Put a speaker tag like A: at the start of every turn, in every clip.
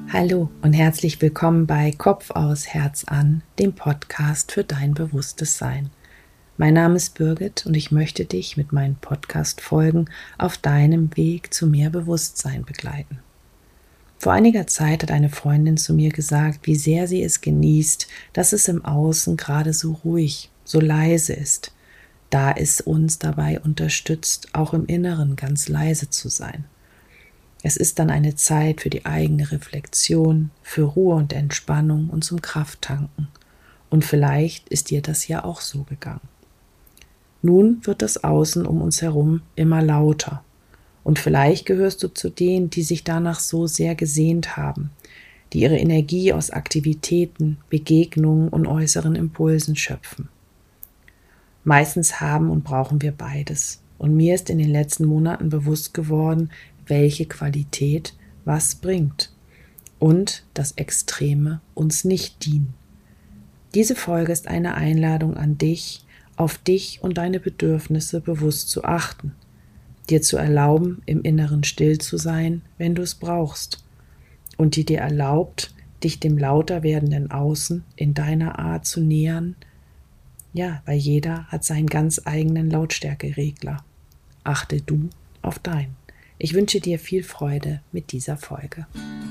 A: Hallo und herzlich willkommen bei Kopf aus, Herz an, dem Podcast für dein bewusstes Sein. Mein Name ist Birgit und ich möchte dich mit meinen Podcast-Folgen auf deinem Weg zu mehr Bewusstsein begleiten. Vor einiger Zeit hat eine Freundin zu mir gesagt, wie sehr sie es genießt, dass es im Außen gerade so ruhig, so leise ist, da es uns dabei unterstützt, auch im Inneren ganz leise zu sein. Es ist dann eine Zeit für die eigene Reflexion, für Ruhe und Entspannung und zum Krafttanken. Und vielleicht ist dir das ja auch so gegangen. Nun wird das Außen um uns herum immer lauter. Und vielleicht gehörst du zu denen, die sich danach so sehr gesehnt haben, die ihre Energie aus Aktivitäten, Begegnungen und äußeren Impulsen schöpfen. Meistens haben und brauchen wir beides. Und mir ist in den letzten Monaten bewusst geworden, welche Qualität was bringt und dass Extreme uns nicht dienen. Diese Folge ist eine Einladung an dich, auf dich und deine Bedürfnisse bewusst zu achten, dir zu erlauben, im Inneren still zu sein, wenn du es brauchst, und die dir erlaubt, dich dem lauter werdenden Außen in deiner Art zu nähern. Ja, weil jeder hat seinen ganz eigenen Lautstärkeregler. Achte du auf deinen. Ich wünsche dir viel Freude mit dieser Folge.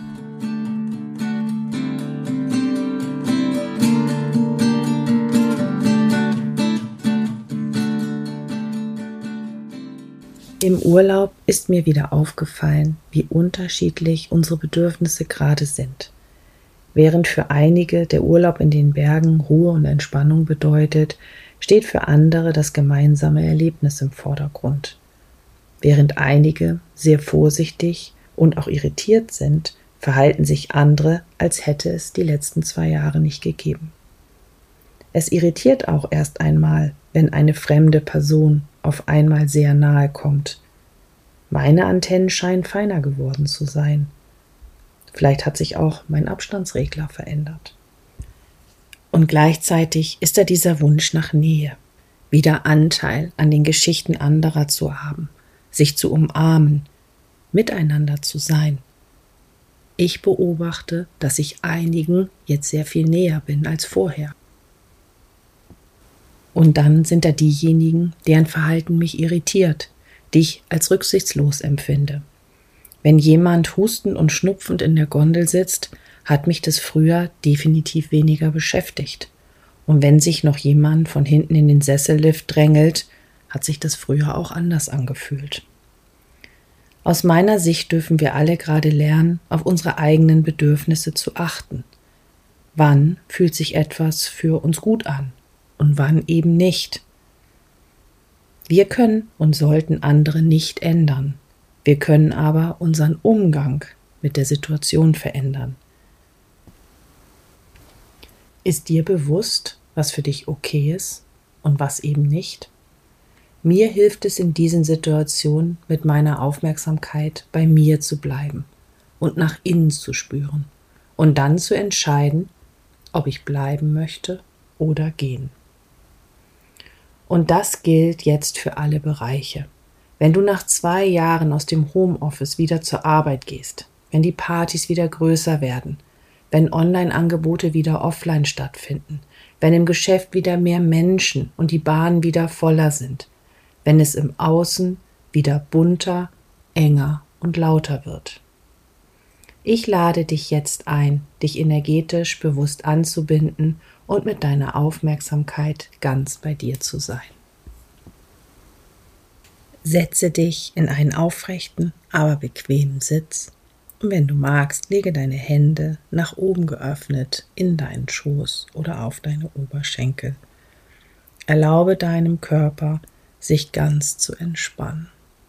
A: Im Urlaub ist mir wieder aufgefallen, wie unterschiedlich unsere Bedürfnisse gerade sind. Während für einige der Urlaub in den Bergen Ruhe und Entspannung bedeutet, steht für andere das gemeinsame Erlebnis im Vordergrund. Während einige sehr vorsichtig und auch irritiert sind, verhalten sich andere, als hätte es die letzten 2 Jahre nicht gegeben. Es irritiert auch erst einmal, wenn eine fremde Person auf einmal sehr nahe kommt. Meine Antennen scheinen feiner geworden zu sein. Vielleicht hat sich auch mein Abstandsregler verändert. Und gleichzeitig ist da dieser Wunsch nach Nähe, wieder Anteil an den Geschichten anderer zu haben, sich zu umarmen, miteinander zu sein. Ich beobachte, dass ich einigen jetzt sehr viel näher bin als vorher. Und dann sind da diejenigen, deren Verhalten mich irritiert, die ich als rücksichtslos empfinde. Wenn jemand hustend und schnupfend in der Gondel sitzt, hat mich das früher definitiv weniger beschäftigt. Und wenn sich noch jemand von hinten in den Sessellift drängelt, hat sich das früher auch anders angefühlt. Aus meiner Sicht dürfen wir alle gerade lernen, auf unsere eigenen Bedürfnisse zu achten. Wann fühlt sich etwas für uns gut an und wann eben nicht? Wir können und sollten andere nicht ändern. Wir können aber unseren Umgang mit der Situation verändern. Ist dir bewusst, was für dich okay ist und was eben nicht? Mir hilft es in diesen Situationen, mit meiner Aufmerksamkeit bei mir zu bleiben und nach innen zu spüren und dann zu entscheiden, ob ich bleiben möchte oder gehen. Und das gilt jetzt für alle Bereiche. Wenn du nach 2 Jahren aus dem Homeoffice wieder zur Arbeit gehst, wenn die Partys wieder größer werden, wenn Online-Angebote wieder offline stattfinden, wenn im Geschäft wieder mehr Menschen und die Bahnen wieder voller sind, wenn es im Außen wieder bunter, enger und lauter wird. Ich lade dich jetzt ein, dich energetisch bewusst anzubinden und mit deiner Aufmerksamkeit ganz bei dir zu sein. Setze dich in einen aufrechten, aber bequemen Sitz und wenn du magst, lege deine Hände nach oben geöffnet in deinen Schoß oder auf deine Oberschenkel. Erlaube deinem Körper, sich ganz zu entspannen.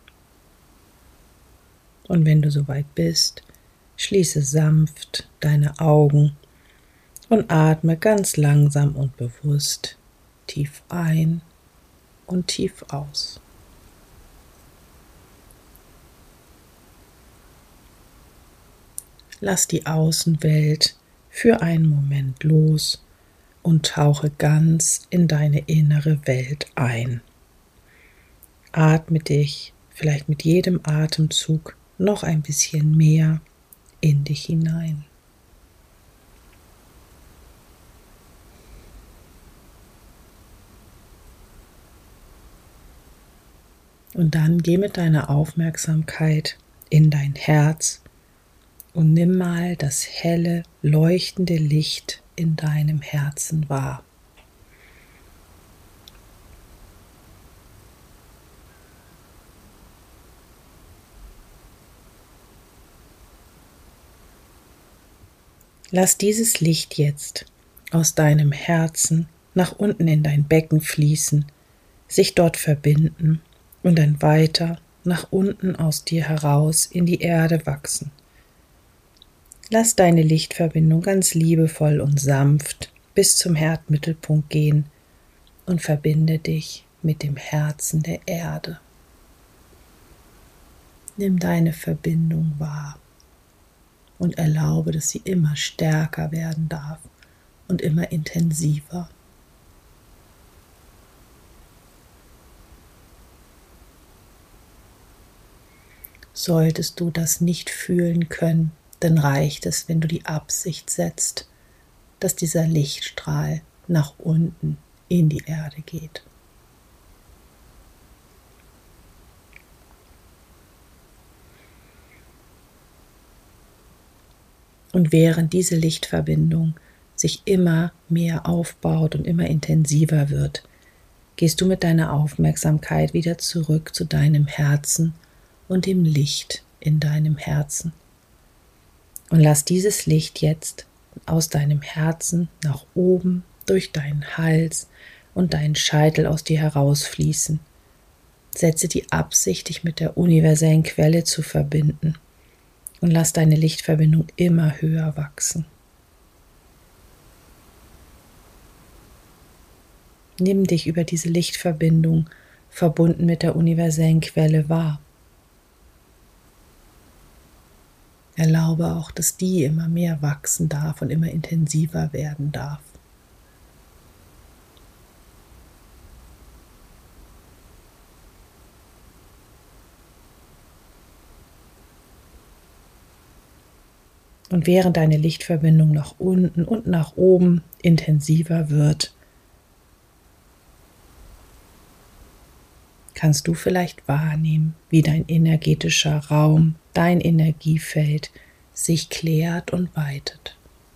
A: Und wenn du soweit bist, schließe sanft deine Augen und atme ganz langsam und bewusst tief ein und tief aus. Lass die Außenwelt für einen Moment los und tauche ganz in deine innere Welt ein. Atme dich vielleicht mit jedem Atemzug noch ein bisschen mehr in dich hinein. Und dann geh mit deiner Aufmerksamkeit in dein Herz und nimm mal das helle, leuchtende Licht in deinem Herzen wahr. Lass dieses Licht jetzt aus deinem Herzen nach unten in dein Becken fließen, sich dort verbinden und dann weiter nach unten aus dir heraus in die Erde wachsen. Lass deine Lichtverbindung ganz liebevoll und sanft bis zum Erdmittelpunkt gehen und verbinde dich mit dem Herzen der Erde. Nimm deine Verbindung wahr und erlaube, dass sie immer stärker werden darf und immer intensiver. Solltest du das nicht fühlen können, dann reicht es, wenn du die Absicht setzt, dass dieser Lichtstrahl nach unten in die Erde geht. Und während diese Lichtverbindung sich immer mehr aufbaut und immer intensiver wird, gehst du mit deiner Aufmerksamkeit wieder zurück zu deinem Herzen und dem Licht in deinem Herzen. Und lass dieses Licht jetzt aus deinem Herzen nach oben durch deinen Hals und deinen Scheitel aus dir herausfließen. Setze die Absicht, dich mit der universellen Quelle zu verbinden und lass deine Lichtverbindung immer höher wachsen. Nimm dich über diese Lichtverbindung verbunden mit der universellen Quelle wahr. Erlaube auch, dass die immer mehr wachsen darf und immer intensiver werden darf. Und während deine Lichtverbindung nach unten und nach oben intensiver wird, kannst du vielleicht wahrnehmen, wie dein energetischer Raum, dein Energiefeld sich klärt und weitet.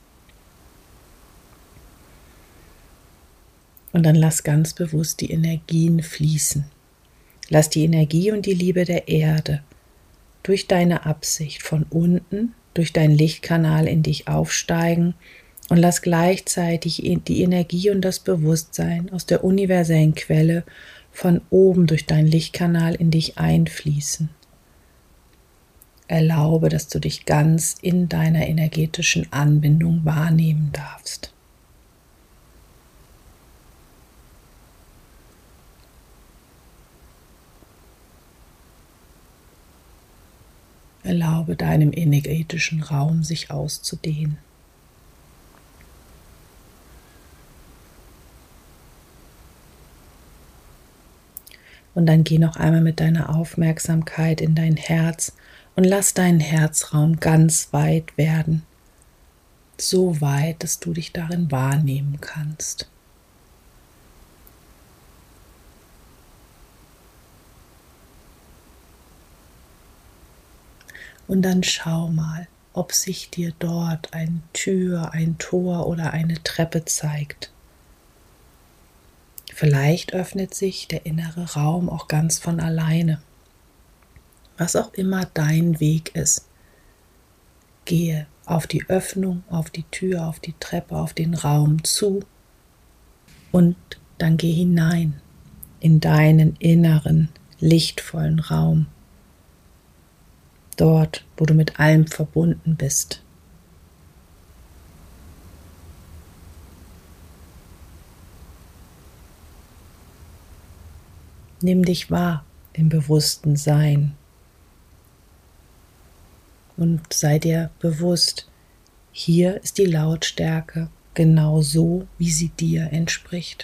A: Und dann lass ganz bewusst die Energien fließen. Lass die Energie und die Liebe der Erde durch deine Absicht von unten, durch deinen Lichtkanal in dich aufsteigen und lass gleichzeitig die Energie und das Bewusstsein aus der universellen Quelle von oben durch deinen Lichtkanal in dich einfließen. Erlaube, dass du dich ganz in deiner energetischen Anbindung wahrnehmen darfst. Erlaube deinem energetischen Raum sich auszudehnen. Und dann geh noch einmal mit deiner Aufmerksamkeit in dein Herz und lass deinen Herzraum ganz weit werden. So weit, dass du dich darin wahrnehmen kannst. Und dann schau mal, ob sich dir dort eine Tür, ein Tor oder eine Treppe zeigt. Vielleicht öffnet sich der innere Raum auch ganz von alleine. Was auch immer dein Weg ist, gehe auf die Öffnung, auf die Tür, auf die Treppe, auf den Raum zu und dann geh hinein in deinen inneren, lichtvollen Raum. Dort, wo du mit allem verbunden bist. Nimm dich wahr im bewussten Sein und sei dir bewusst, hier ist die Lautstärke genau so, wie sie dir entspricht.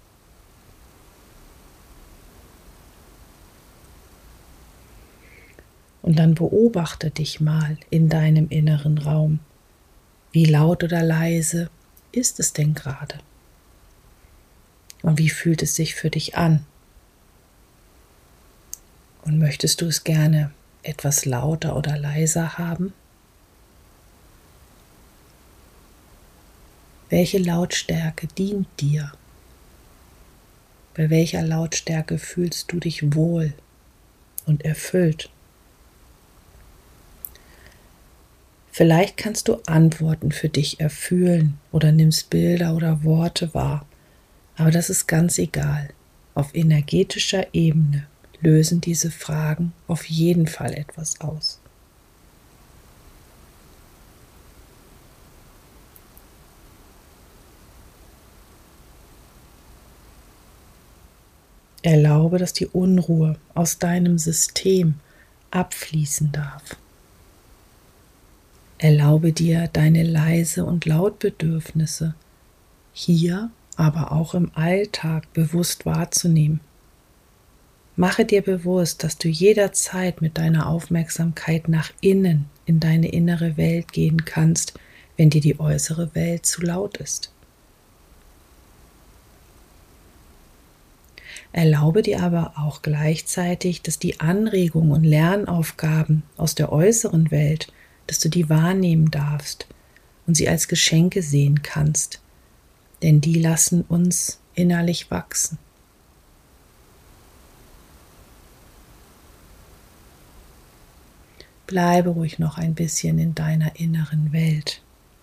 A: Und dann beobachte dich mal in deinem inneren Raum. Wie laut oder leise ist es denn gerade? Und wie fühlt es sich für dich an? Und möchtest du es gerne etwas lauter oder leiser haben? Welche Lautstärke dient dir? Bei welcher Lautstärke fühlst du dich wohl und erfüllt? Vielleicht kannst du Antworten für dich erfühlen oder nimmst Bilder oder Worte wahr, aber das ist ganz egal. Auf energetischer Ebene lösen diese Fragen auf jeden Fall etwas aus. Erlaube, dass die Unruhe aus deinem System abfließen darf. Erlaube dir, deine Leise- und Lautbedürfnisse hier, aber auch im Alltag bewusst wahrzunehmen. Mache dir bewusst, dass du jederzeit mit deiner Aufmerksamkeit nach innen in deine innere Welt gehen kannst, wenn dir die äußere Welt zu laut ist. Erlaube dir aber auch gleichzeitig, dass die Anregungen und Lernaufgaben aus der äußeren Welt, dass du die wahrnehmen darfst und sie als Geschenke sehen kannst, denn die lassen uns innerlich wachsen. Bleibe ruhig noch ein bisschen in deiner inneren Welt.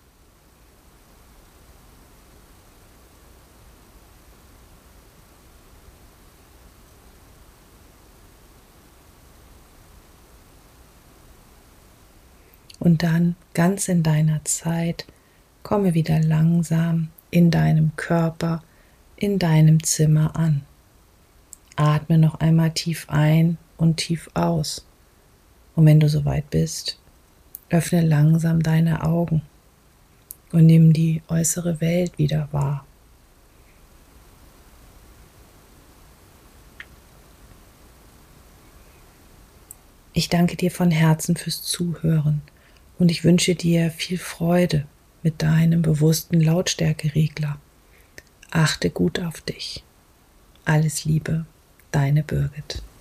A: Und dann ganz in deiner Zeit komme wieder langsam in deinem Körper, in deinem Zimmer an. Atme noch einmal tief ein und tief aus. Und wenn du soweit bist, öffne langsam deine Augen und nimm die äußere Welt wieder wahr. Ich danke dir von Herzen fürs Zuhören und ich wünsche dir viel Freude mit deinem bewussten Lautstärkeregler. Achte gut auf dich. Alles Liebe, deine Birgit.